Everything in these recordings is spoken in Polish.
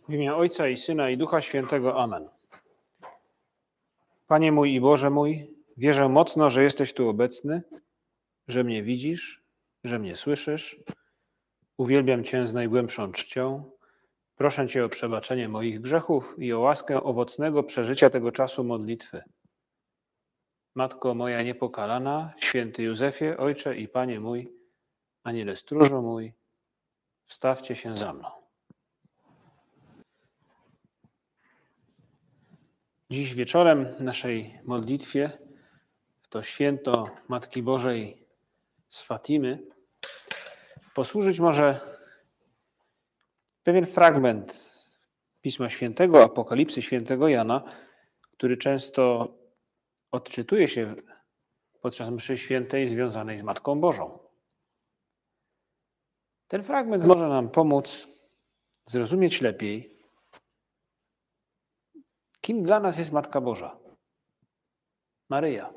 W imię Ojca i Syna i Ducha Świętego. Amen. Panie mój i Boże mój, wierzę mocno, że jesteś tu obecny, że mnie widzisz, że mnie słyszysz. Uwielbiam Cię z najgłębszą czcią. Proszę Cię o przebaczenie moich grzechów i o łaskę owocnego przeżycia tego czasu modlitwy. Matko moja niepokalana, święty Józefie, Ojcze i Panie mój, Aniele stróżu mój, wstawcie się za mną. Dziś wieczorem w naszej modlitwie, w to święto Matki Bożej z Fatimy, posłużyć może pewien fragment Pisma Świętego, Apokalipsy Świętego Jana, który często odczytuje się podczas mszy świętej związanej z Matką Bożą. Ten fragment może nam pomóc zrozumieć lepiej, kim dla nas jest Matka Boża, Maryja.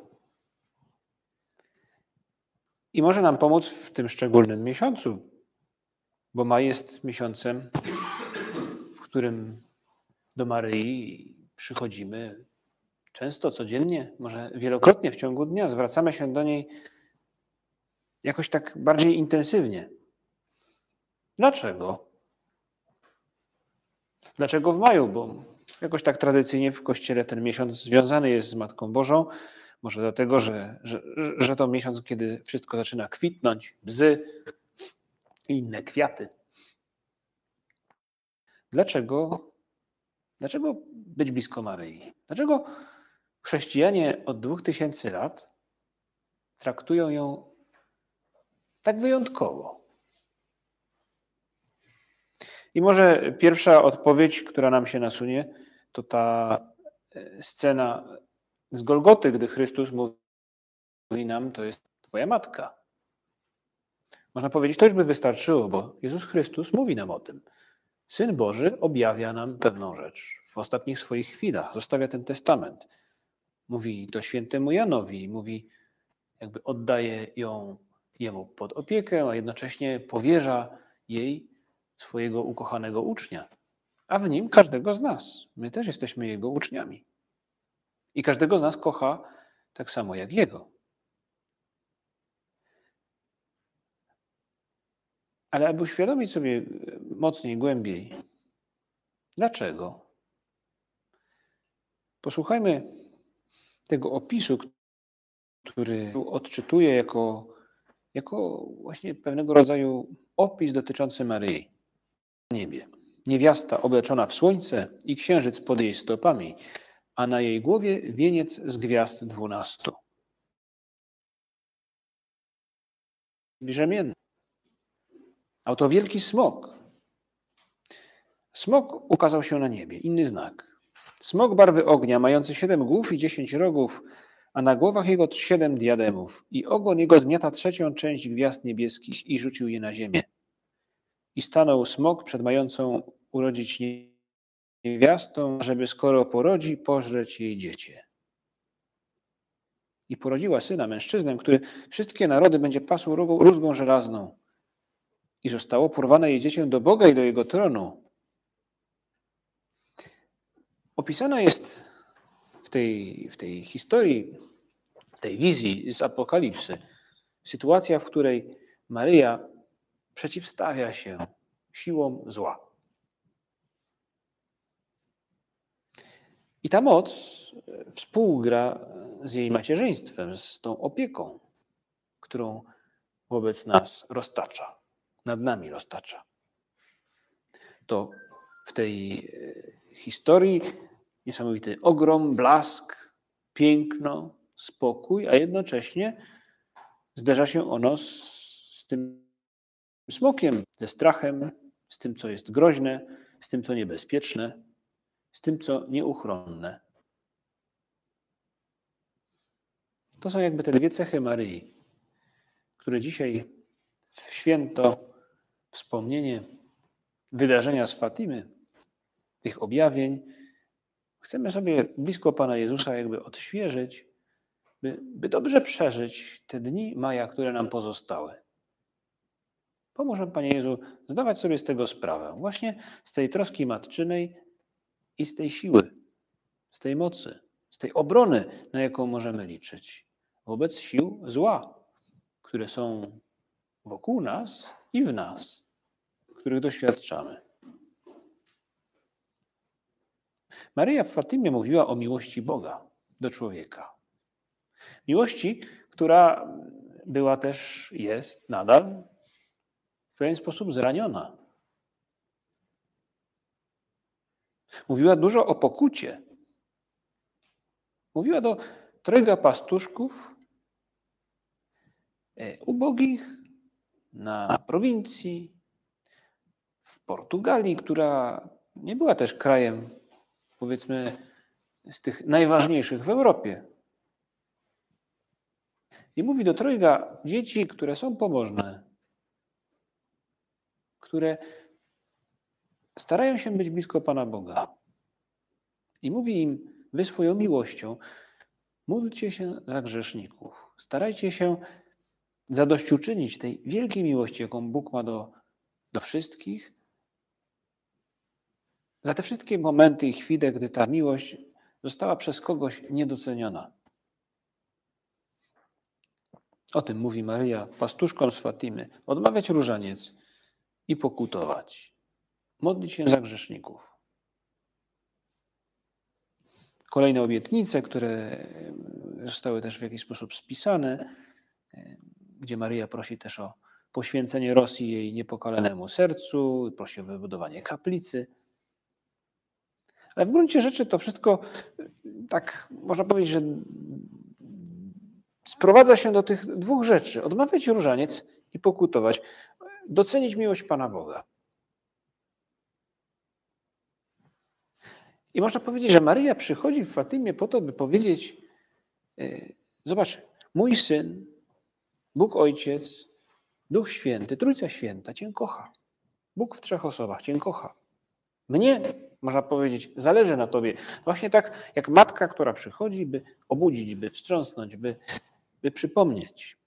I może nam pomóc w tym szczególnym miesiącu, bo maj jest miesiącem, w którym do Maryi przychodzimy często, codziennie, może wielokrotnie w ciągu dnia. Zwracamy się do niej jakoś tak bardziej intensywnie. Dlaczego? Dlaczego w maju? Bo jakoś tak tradycyjnie w Kościele ten miesiąc związany jest z Matką Bożą. Może dlatego, że to miesiąc, kiedy wszystko zaczyna kwitnąć, bzy i inne kwiaty. Dlaczego być blisko Maryi? Dlaczego chrześcijanie od 2000 lat traktują ją tak wyjątkowo? I może pierwsza odpowiedź, która nam się nasunie, to ta scena z Golgoty, gdy Chrystus mówi nam, to jest Twoja matka. Można powiedzieć, to już by wystarczyło, bo Jezus Chrystus mówi nam o tym. Syn Boży objawia nam pewną rzecz w ostatnich swoich chwilach, zostawia ten testament. Mówi to świętemu Janowi, mówi, jakby oddaje ją jemu pod opiekę, a jednocześnie powierza jej swojego ukochanego ucznia, a w nim każdego z nas. My też jesteśmy jego uczniami. I każdego z nas kocha tak samo jak jego. Ale aby uświadomić sobie mocniej, głębiej, dlaczego? Posłuchajmy tego opisu, który odczytuję jako właśnie pewnego rodzaju opis dotyczący Maryi. Na niebie. Niewiasta obleczona w słońce i księżyc pod jej stopami, a na jej głowie wieniec z gwiazd 12. Brzemienny. A oto wielki smok. Smok ukazał się na niebie. Inny znak. Smok barwy ognia, mający 7 głów i 10 rogów, a na głowach jego 7 diademów. I ogon jego zmiata 3. część gwiazd niebieskich i rzucił je na ziemię. I stanął smok przed mającą urodzić niewiastą, żeby skoro porodzi, pożreć jej dziecię. I porodziła syna, mężczyznę, który wszystkie narody będzie pasł rózgą żelazną. I zostało porwane jej dziecię do Boga i do jego tronu. Opisana jest w tej historii, w tej wizji z Apokalipsy sytuacja, w której Maryja przeciwstawia się siłom zła. I ta moc współgra z jej macierzyństwem, z tą opieką, którą wobec nas roztacza, nad nami roztacza. To w tej historii niesamowity ogrom, blask, piękno, spokój, a jednocześnie zderza się ono z tym smokiem, ze strachem, z tym, co jest groźne, z tym, co niebezpieczne, z tym, co nieuchronne. To są jakby te dwie cechy Maryi, które dzisiaj w święto wspomnienie wydarzenia z Fatimy, tych objawień, chcemy sobie blisko Pana Jezusa jakby odświeżyć, by dobrze przeżyć te dni maja, które nam pozostały. Pomóż nam, Panie Jezu, zdawać sobie z tego sprawę. Właśnie z tej troski matczynej i z tej siły, z tej mocy, z tej obrony, na jaką możemy liczyć wobec sił zła, które są wokół nas i w nas, których doświadczamy. Maryja w Fatimie mówiła o miłości Boga do człowieka. Miłości, która była też, jest nadal w pewien sposób zraniona. Mówiła dużo o pokucie. Mówiła do trojga pastuszków ubogich na prowincji, w Portugalii, która nie była też krajem, powiedzmy, z tych najważniejszych w Europie. I mówi do trojga dzieci, które są pobożne, które starają się być blisko Pana Boga. I mówi im, wy swoją miłością módlcie się za grzeszników. Starajcie się zadośćuczynić tej wielkiej miłości, jaką Bóg ma do wszystkich, za te wszystkie momenty i chwile, gdy ta miłość została przez kogoś niedoceniona. O tym mówi Maryja pastuszkom z Fatimy. Odmawiać różaniec i pokutować. Modlić się za grzeszników. Kolejne obietnice, które zostały też w jakiś sposób spisane, gdzie Maryja prosi też o poświęcenie Rosji jej niepokalanemu sercu, prosi o wybudowanie kaplicy. Ale w gruncie rzeczy to wszystko, tak można powiedzieć, że sprowadza się do tych dwóch rzeczy. Odmawiać różaniec i pokutować. Docenić miłość Pana Boga. I można powiedzieć, że Maryja przychodzi w Fatimie po to, by powiedzieć, zobacz, mój Syn, Bóg Ojciec, Duch Święty, Trójca Święta Cię kocha. Bóg w trzech osobach Cię kocha. Mnie, można powiedzieć, zależy na Tobie. Właśnie tak jak matka, która przychodzi, by obudzić, by wstrząsnąć, by przypomnieć.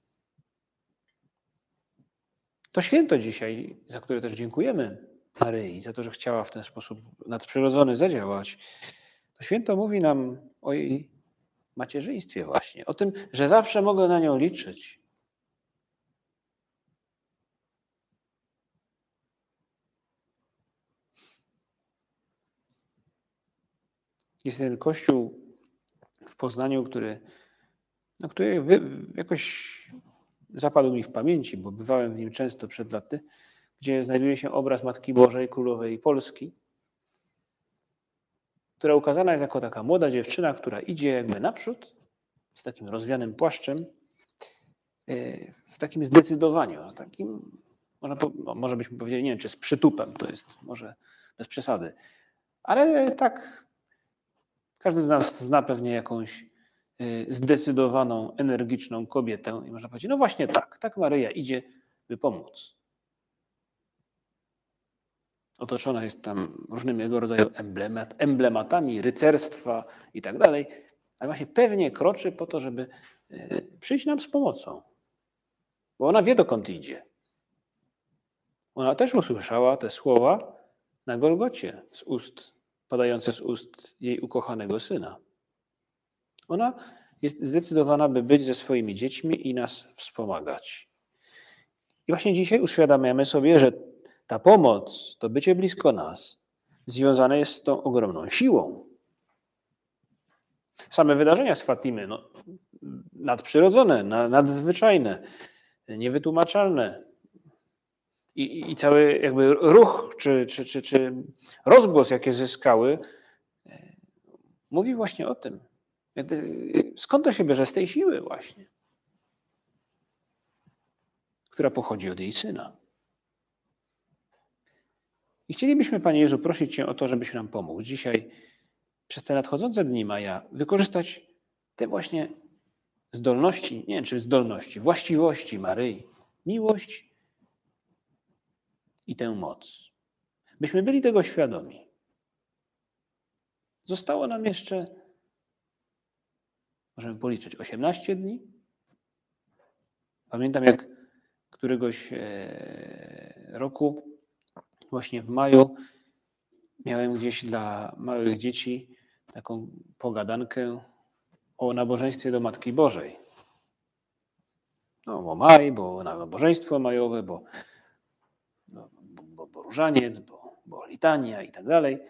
To święto dzisiaj, za które też dziękujemy Maryi, za to, że chciała w ten sposób nadprzyrodzony zadziałać. To święto mówi nam o jej macierzyństwie właśnie, o tym, że zawsze mogę na nią liczyć. Jest ten kościół w Poznaniu, który jakoś zapadł mi w pamięci, bo bywałem w nim często przed laty, gdzie znajduje się obraz Matki Bożej, Królowej Polski, która ukazana jest jako taka młoda dziewczyna, która idzie jakby naprzód z takim rozwianym płaszczem, w takim zdecydowaniu, z takim, może byśmy powiedzieli, nie wiem, czy z przytupem, to jest może bez przesady, ale tak każdy z nas zna pewnie jakąś zdecydowaną, energiczną kobietę i można powiedzieć, no właśnie tak Maryja idzie, by pomóc. Otoczona jest tam różnego rodzaju emblematami rycerstwa i tak dalej, ale właśnie pewnie kroczy po to, żeby przyjść nam z pomocą. Bo ona wie, dokąd idzie. Ona też usłyszała te słowa na Golgocie padające z ust jej ukochanego Syna. Ona jest zdecydowana, by być ze swoimi dziećmi i nas wspomagać. I właśnie dzisiaj uświadamiamy sobie, że ta pomoc, to bycie blisko nas, związane jest z tą ogromną siłą. Same wydarzenia z Fatimy, nadprzyrodzone, nadzwyczajne, niewytłumaczalne. I cały jakby ruch czy rozgłos, jakie zyskały, mówi właśnie o tym. Skąd to się bierze? Z tej siły właśnie, która pochodzi od jej Syna. I chcielibyśmy, Panie Jezu, prosić Cię o to, żebyś nam pomógł dzisiaj przez te nadchodzące dni maja wykorzystać te właśnie zdolności, nie wiem czy zdolności, właściwości Maryi, miłość i tę moc. Byśmy byli tego świadomi. Zostało nam jeszcze, możemy policzyć, 18 dni. Pamiętam, jak któregoś roku, właśnie w maju, miałem gdzieś dla małych dzieci taką pogadankę o nabożeństwie do Matki Bożej. No, bo maj, bo nabożeństwo majowe, bo różaniec, bo litania i tak dalej.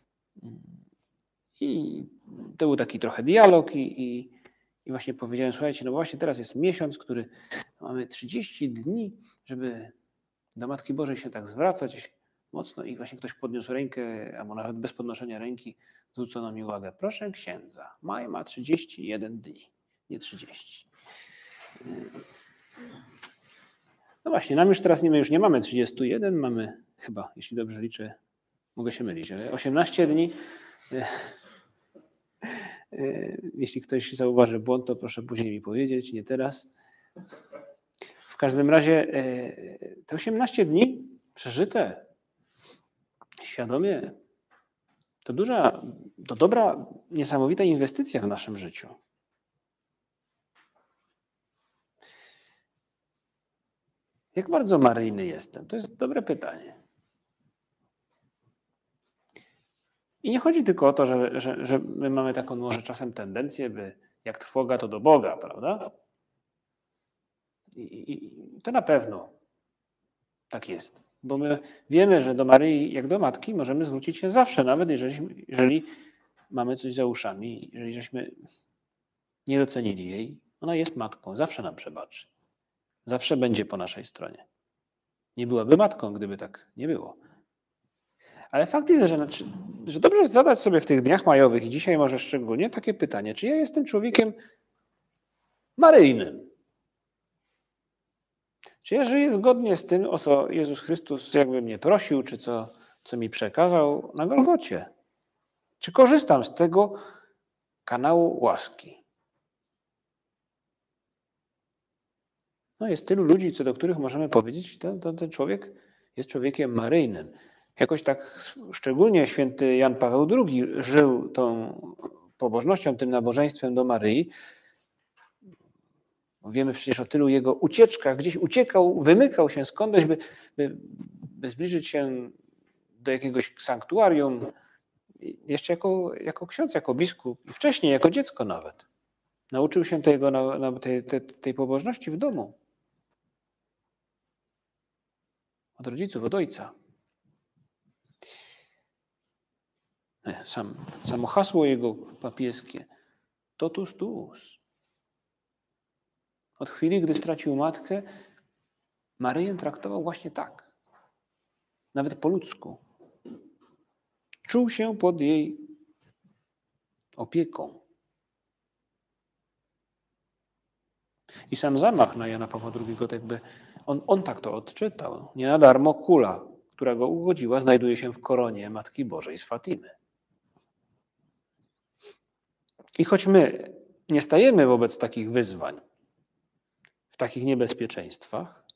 I to był taki trochę dialog i właśnie powiedziałem, słuchajcie, no właśnie teraz jest miesiąc, który mamy 30 dni, żeby do Matki Bożej się tak zwracać mocno i właśnie ktoś podniósł rękę, albo nawet bez podnoszenia ręki zwrócono mi uwagę. Proszę księdza, maj ma 31 dni, nie 30. No właśnie, nam już teraz my już nie mamy 31, mamy chyba, jeśli dobrze liczę, mogę się mylić, ale 18 dni. Jeśli ktoś zauważy błąd, to proszę później mi powiedzieć, nie teraz. W każdym razie te 18 dni przeżyte świadomie to dobra, niesamowita inwestycja w naszym życiu. Jak bardzo maryjny jestem? To jest dobre pytanie. I nie chodzi tylko o to, że my mamy taką może czasem tendencję, by jak trwoga, to do Boga, prawda? I to na pewno tak jest. Bo my wiemy, że do Maryi, jak do Matki, możemy zwrócić się zawsze, nawet jeżeli mamy coś za uszami, jeżeli żeśmy nie docenili jej. Ona jest matką, zawsze nam przebaczy. Zawsze będzie po naszej stronie. Nie byłaby matką, gdyby tak nie było. Ale fakt jest, że dobrze jest zadać sobie w tych dniach majowych i dzisiaj może szczególnie takie pytanie, czy ja jestem człowiekiem maryjnym? Czy ja żyję zgodnie z tym, o co Jezus Chrystus jakby mnie prosił, czy co mi przekazał na Golgocie? Czy korzystam z tego kanału łaski? No jest tylu ludzi, co do których możemy powiedzieć, ten człowiek jest człowiekiem maryjnym. Jakoś tak szczególnie święty Jan Paweł II żył tą pobożnością, tym nabożeństwem do Maryi. Wiemy przecież o tylu jego ucieczkach. Gdzieś uciekał, wymykał się skądś, by zbliżyć się do jakiegoś sanktuarium. Jeszcze jako ksiądz, jako biskup i wcześniej jako dziecko nawet. Nauczył się tej pobożności w domu. Od rodziców, od ojca. Samo hasło jego papieskie totus tuus. Od chwili, gdy stracił matkę, Maryję traktował właśnie tak. Nawet po ludzku. Czuł się pod jej opieką. I sam zamach na Jana Pawła II, to jakby on tak to odczytał. Nie na darmo kula, która go ugodziła, znajduje się w koronie Matki Bożej z Fatimy. I choć my nie stajemy wobec takich wyzwań, w takich niebezpieczeństwach,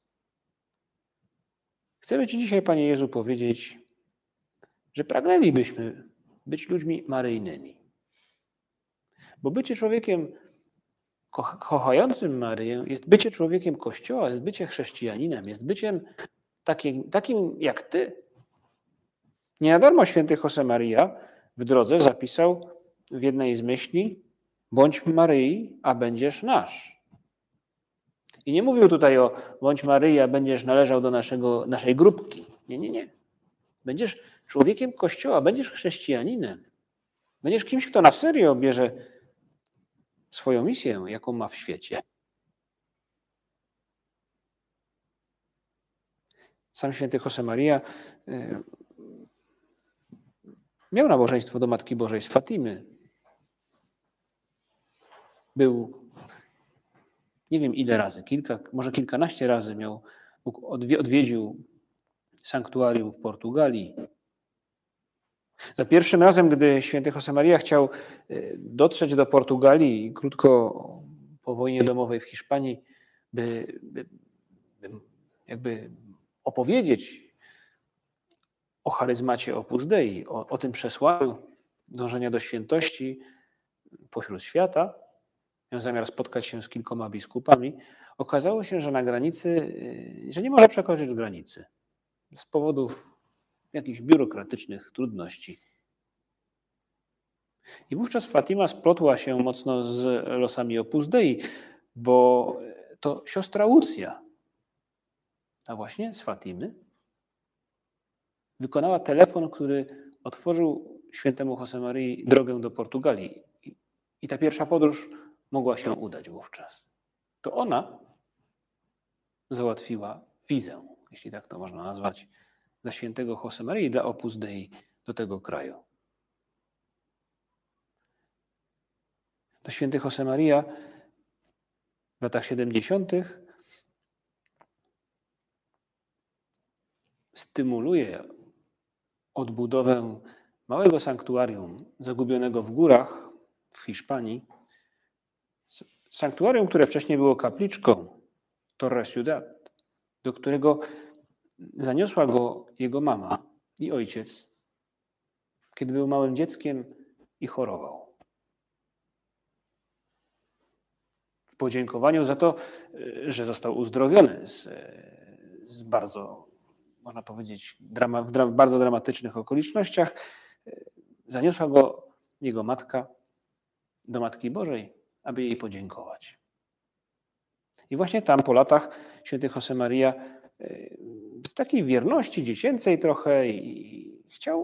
chcemy Ci dzisiaj, Panie Jezu, powiedzieć, że pragnęlibyśmy być ludźmi maryjnymi. Bo bycie człowiekiem kochającym Maryję jest bycie człowiekiem Kościoła, jest bycie chrześcijaninem, jest byciem takim jak Ty. Nie na darmo święty Josemaria w drodze zapisał w jednej z myśli: bądź Maryi, a będziesz nasz. I nie mówił tutaj o bądź Maryi, a będziesz należał do naszej grupki. Nie. Będziesz człowiekiem Kościoła, będziesz chrześcijaninem. Będziesz kimś, kto na serio bierze swoją misję, jaką ma w świecie. Sam święty Josemaria miał nabożeństwo do Matki Bożej z Fatimy. Był, nie wiem ile razy, może kilkanaście razy odwiedził sanktuarium w Portugalii. Za pierwszym razem, gdy święty Josemaria chciał dotrzeć do Portugalii i krótko po wojnie domowej w Hiszpanii, by jakby opowiedzieć o charyzmacie Opus Dei, o tym przesłaniu dążenia do świętości pośród świata, miał zamiar spotkać się z kilkoma biskupami. okazało się, że na granicy, że nie może przekroczyć granicy z powodów jakichś biurokratycznych trudności. I wówczas Fatima splotła się mocno z losami Opus Dei, bo to siostra Łucja, a właśnie z Fatimy, wykonała telefon, który otworzył świętemu Josemarii drogę do Portugalii. I ta pierwsza podróż mogła się udać wówczas. To ona załatwiła wizę, jeśli tak to można nazwać, dla świętego Josemarii, dla Opus Dei do tego kraju. To święty Josemaria w latach 70. stymuluje odbudowę małego sanktuarium zagubionego w górach w Hiszpanii. Sanktuarium, które wcześniej było kapliczką Torre Ciudad, do którego zaniosła go jego mama i ojciec, kiedy był małym dzieckiem i chorował. W podziękowaniu za to, że został uzdrowiony z bardzo, można powiedzieć, w bardzo dramatycznych okolicznościach, zaniosła go jego matka do Matki Bożej, aby jej podziękować. I właśnie tam po latach święty Josemaria z takiej wierności dziecięcej trochę i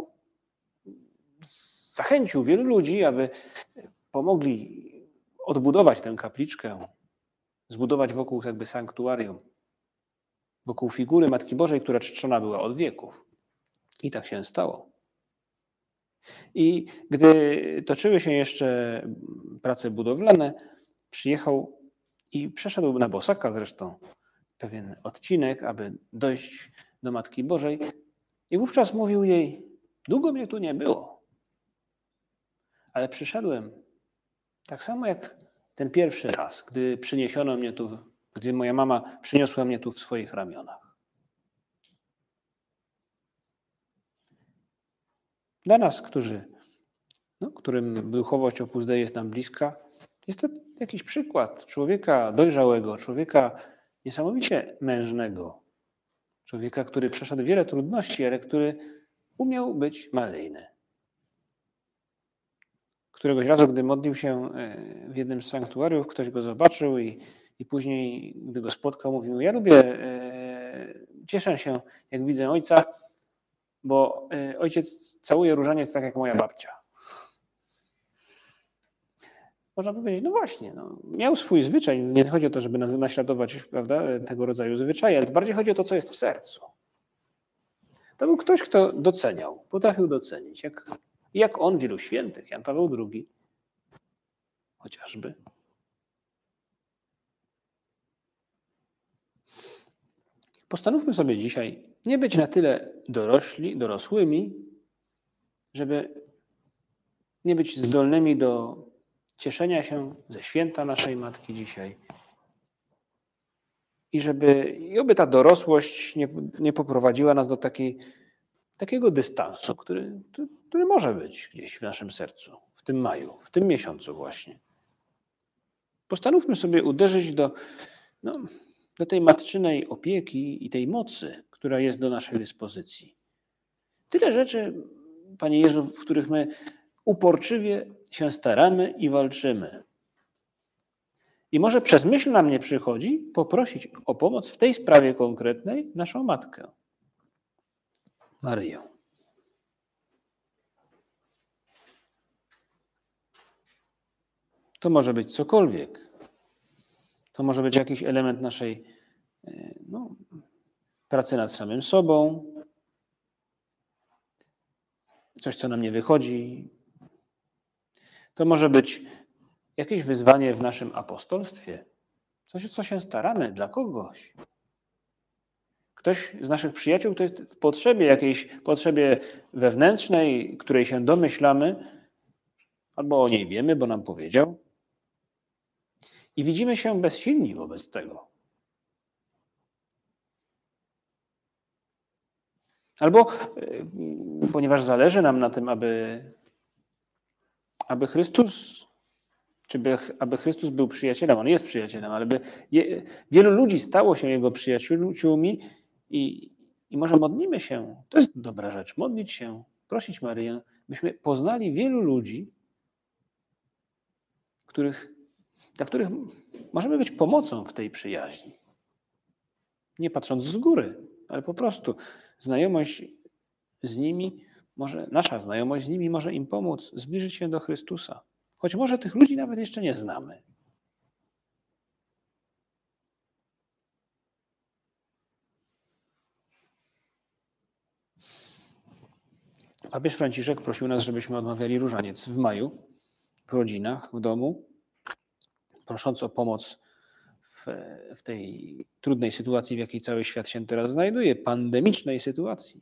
zachęcił wielu ludzi, aby pomogli odbudować tę kapliczkę, zbudować wokół jakby sanktuarium, wokół figury Matki Bożej, która czczona była od wieków. I tak się stało. I gdy toczyły się jeszcze prace budowlane, przyjechał i przeszedł na bosaka zresztą pewien odcinek, aby dojść do Matki Bożej. I wówczas mówił jej: długo mnie tu nie było, ale przyszedłem tak samo jak ten pierwszy raz, gdy przyniesiono mnie tu, gdy moja mama przyniosła mnie tu w swoich ramionach. Dla nas, którym duchowość Opus Dei jest nam bliska, jest to jakiś przykład człowieka dojrzałego, człowieka niesamowicie mężnego, człowieka, który przeszedł wiele trudności, ale który umiał być malyjny. Któregoś razu, gdy modlił się w jednym z sanktuariów, ktoś go zobaczył i później, gdy go spotkał, mówił: ja cieszę się, jak widzę ojca, bo ojciec całuje różaniec tak jak moja babcia. Można powiedzieć, no właśnie, miał swój zwyczaj. Nie chodzi o to, żeby naśladować, prawda, tego rodzaju zwyczaje, ale bardziej chodzi o to, co jest w sercu. To był ktoś, kto doceniał, potrafił docenić. Jak on, wielu świętych, Jan Paweł II chociażby. Postanówmy sobie dzisiaj nie być na tyle dorosłymi, żeby nie być zdolnymi do cieszenia się ze święta naszej Matki dzisiaj. I oby ta dorosłość nie poprowadziła nas do takiego dystansu, który może być gdzieś w naszym sercu, w tym maju, w tym miesiącu właśnie. Postanówmy sobie uderzyć do tej matczynej opieki i tej mocy, która jest do naszej dyspozycji. Tyle rzeczy, Panie Jezu, w których my uporczywie się staramy i walczymy. I może przez myśl nam nie przychodzi poprosić o pomoc w tej sprawie konkretnej naszą Matkę, Maryję. To może być cokolwiek. To może być jakiś element naszej pracy nad samym sobą, coś, co nam nie wychodzi. To może być jakieś wyzwanie w naszym apostolstwie, coś, o co się staramy dla kogoś. Ktoś z naszych przyjaciół, kto jest w potrzebie, jakiejś potrzebie wewnętrznej, której się domyślamy, albo o niej wiemy, bo nam powiedział. I widzimy się bezsilni wobec tego. Albo ponieważ zależy nam na tym, aby Chrystus aby Chrystus był przyjacielem. On jest przyjacielem, ale wielu ludzi stało się Jego przyjaciółmi i może modlimy się, to jest dobra rzecz, modlić się, prosić Maryję, byśmy poznali wielu ludzi, dla których możemy być pomocą w tej przyjaźni. Nie patrząc z góry, ale po prostu znajomość z nimi, nasza znajomość z nimi może im pomóc zbliżyć się do Chrystusa. Choć może tych ludzi nawet jeszcze nie znamy. Papież Franciszek prosił nas, żebyśmy odmawiali różaniec w maju, w rodzinach, w domu, prosząc o pomoc w tej trudnej sytuacji, w jakiej cały świat się teraz znajduje, pandemicznej sytuacji.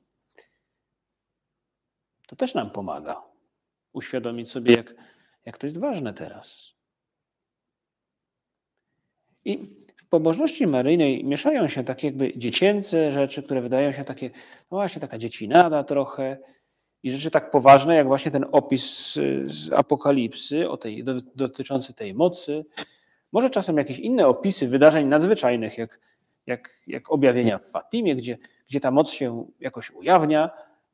To też nam pomaga uświadomić sobie, jak to jest ważne teraz. I w pobożności maryjnej mieszają się takie jakby dziecięce rzeczy, które wydają się takie, no właśnie taka dziecinada trochę, i rzeczy tak poważne, jak właśnie ten opis z Apokalipsy dotyczący tej mocy. Może czasem jakieś inne opisy wydarzeń nadzwyczajnych, jak objawienia w Fatimie, gdzie ta moc się jakoś ujawnia,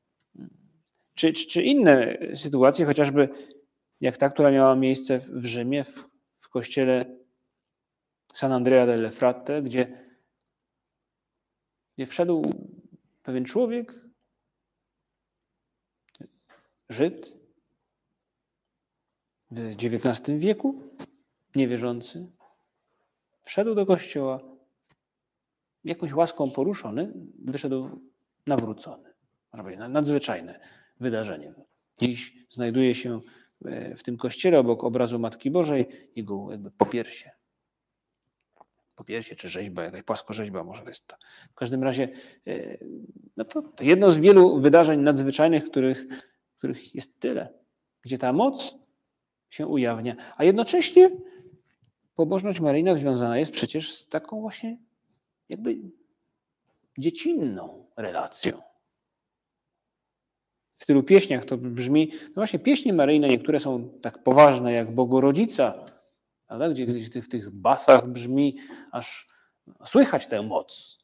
czy inne sytuacje, chociażby jak ta, która miała miejsce w Rzymie, w kościele San Andrea delle Fratte, gdzie wszedł pewien człowiek, Żyd w XIX wieku, niewierzący, wszedł do kościoła, jakąś łaską poruszony, wyszedł nawrócony. Można powiedzieć, nadzwyczajne wydarzenie. Dziś znajduje się w tym kościele obok obrazu Matki Bożej jego jakby popiersie czy rzeźba, jakaś płaskorzeźba może to jest to. W każdym razie no to jedno z wielu wydarzeń nadzwyczajnych, których jest tyle, gdzie ta moc się ujawnia, a jednocześnie pobożność maryjna związana jest przecież z taką właśnie jakby dziecinną relacją. W tylu pieśniach to brzmi, no właśnie pieśni maryjne niektóre są tak poważne jak Bogorodzica, ale gdzie w tych basach brzmi, aż słychać tę moc.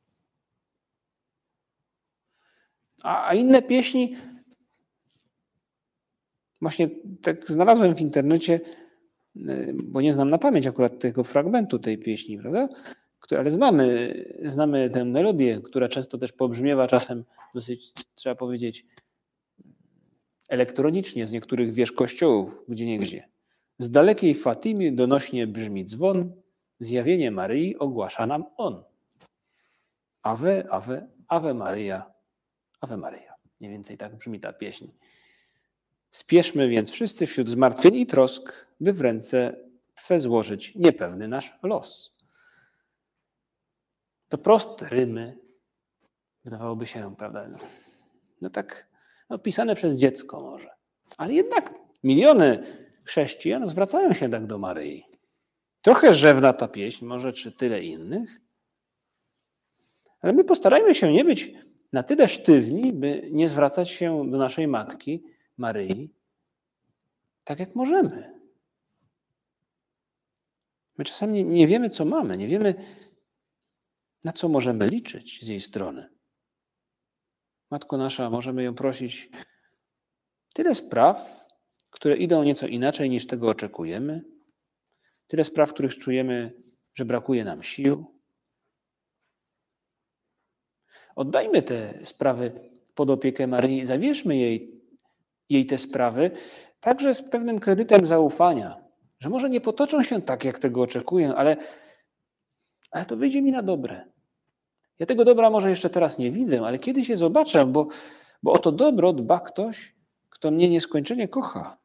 A inne pieśni, właśnie tak znalazłem w internecie, bo nie znam na pamięć akurat tego fragmentu tej pieśni, prawda? Ale znamy tę melodię, która często też pobrzmiewa czasem dosyć, trzeba powiedzieć, elektronicznie z niektórych wież kościołów, gdzieniegdzie. Z dalekiej Fatimy donośnie brzmi dzwon, zjawienie Maryi ogłasza nam on. Ave, ave, ave Maryja, ave Maryja. Mniej więcej tak brzmi ta pieśń. Spieszmy więc wszyscy wśród zmartwień i trosk, by w ręce Twe złożyć niepewny nasz los. To proste rymy, wydawałoby się, prawda, no tak pisane przez dziecko może. Ale jednak miliony chrześcijan zwracają się tak do Maryi. Trochę rzewna ta pieśń, może czy tyle innych, ale my postarajmy się nie być na tyle sztywni, by nie zwracać się do naszej Matki, Maryi, tak jak możemy. My czasami nie wiemy, co mamy, nie wiemy, na co możemy liczyć z jej strony. Matko nasza, możemy ją prosić tyle spraw, które idą nieco inaczej niż tego oczekujemy, tyle spraw, w których czujemy, że brakuje nam sił. Oddajmy te sprawy pod opiekę Maryi, zawierzmy jej te sprawy, także z pewnym kredytem zaufania, że może nie potoczą się tak, jak tego oczekuję, ale to wyjdzie mi na dobre. Ja tego dobra może jeszcze teraz nie widzę, ale kiedyś je zobaczę, bo o to dobro dba ktoś, kto mnie nieskończenie kocha.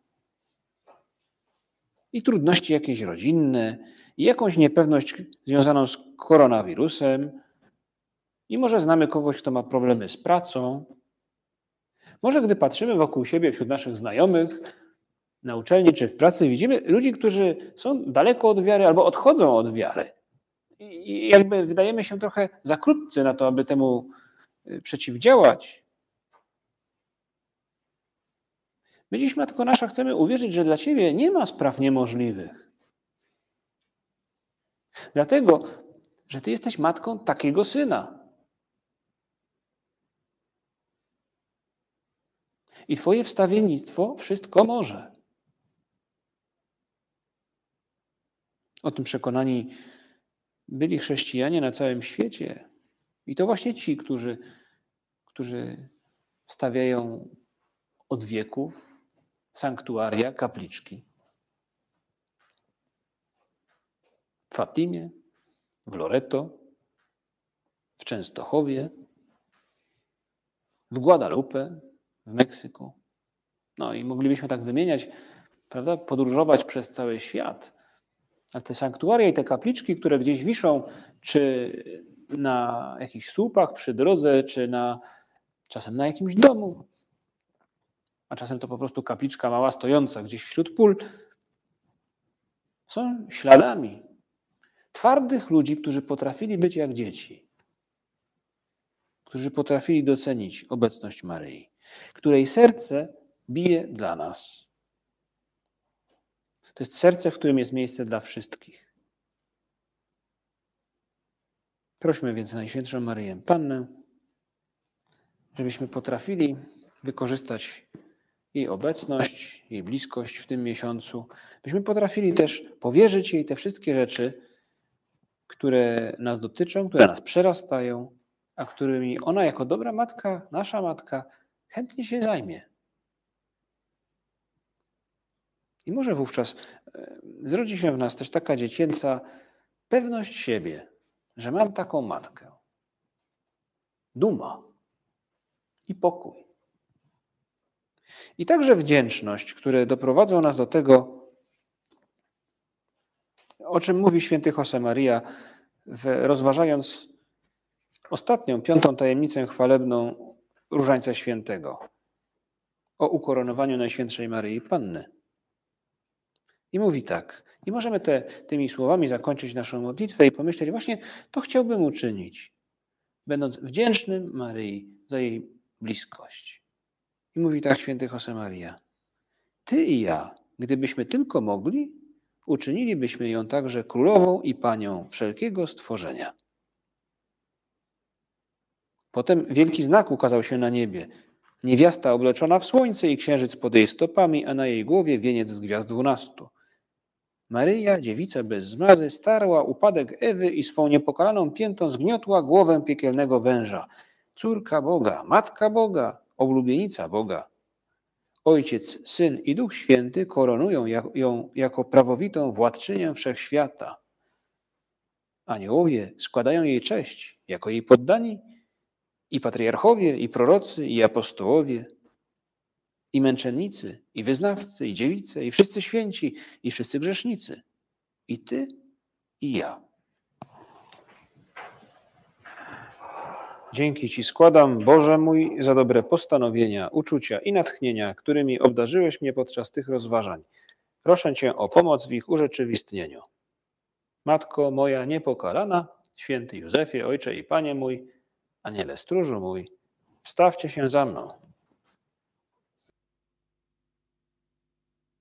I trudności jakieś rodzinne, i jakąś niepewność związaną z koronawirusem, i może znamy kogoś, kto ma problemy z pracą. Może gdy patrzymy wokół siebie wśród naszych znajomych, na uczelni czy w pracy, widzimy ludzi, którzy są daleko od wiary albo odchodzą od wiary. I jakby wydajemy się trochę za krótcy na to, aby temu przeciwdziałać. My dziś, Matko nasza, chcemy uwierzyć, że dla Ciebie nie ma spraw niemożliwych. Dlatego, że Ty jesteś matką takiego syna. I Twoje wstawiennictwo wszystko może. O tym przekonani byli chrześcijanie na całym świecie. I to właśnie ci, którzy stawiają od wieków sanktuaria, kapliczki. W Fatimie, w Loreto, w Częstochowie, w Guadalupe, w Meksyku. No i moglibyśmy tak wymieniać, prawda, podróżować przez cały świat. A te sanktuaria i te kapliczki, które gdzieś wiszą, czy na jakichś słupach przy drodze, czy czasem na jakimś domu, a czasem to po prostu kapliczka mała stojąca gdzieś wśród pól, są śladami twardych ludzi, którzy potrafili być jak dzieci, którzy potrafili docenić obecność Maryi, której serce bije dla nas. To jest serce, w którym jest miejsce dla wszystkich. Prośmy więc Najświętszą Maryję Pannę, żebyśmy potrafili wykorzystać jej obecność, jej bliskość w tym miesiącu, byśmy potrafili też powierzyć jej te wszystkie rzeczy, które nas dotyczą, które nas przerastają, a którymi ona jako dobra matka, nasza matka, chętnie się zajmie. I może wówczas zrodzi się w nas też taka dziecięca pewność siebie, że mam taką matkę. Duma i pokój. I także wdzięczność, które doprowadzą nas do tego, o czym mówi święty Josemaria, rozważając ostatnią, 5. tajemnicę chwalebną Różańca Świętego o ukoronowaniu Najświętszej Maryi Panny. I mówi tak, i możemy tymi słowami zakończyć naszą modlitwę i pomyśleć, właśnie to chciałbym uczynić, będąc wdzięcznym Maryi za jej bliskość. I mówi tak święty Josemaria, Ty i ja, gdybyśmy tylko mogli, uczynilibyśmy ją także królową i panią wszelkiego stworzenia. Potem wielki znak ukazał się na niebie. Niewiasta obleczona w słońce i księżyc pod jej stopami, a na jej głowie wieniec z gwiazd 12. Maryja, dziewica bez zmazy, starła upadek Ewy i swą niepokalaną piętą zgniotła głowę piekielnego węża. Córka Boga, Matka Boga, oblubienica Boga. Ojciec, Syn i Duch Święty koronują ją jako prawowitą władczynię wszechświata. Aniołowie składają jej cześć jako jej poddani, i patriarchowie, i prorocy, i apostołowie, i męczennicy, i wyznawcy, i dziewice, i wszyscy święci, i wszyscy grzesznicy. I ty, i ja. Dzięki Ci składam, Boże mój, za dobre postanowienia, uczucia i natchnienia, którymi obdarzyłeś mnie podczas tych rozważań. Proszę Cię o pomoc w ich urzeczywistnieniu. Matko moja niepokalana, święty Józefie, Ojcze i Panie mój, Aniele stróżu mój, wstawcie się za mną.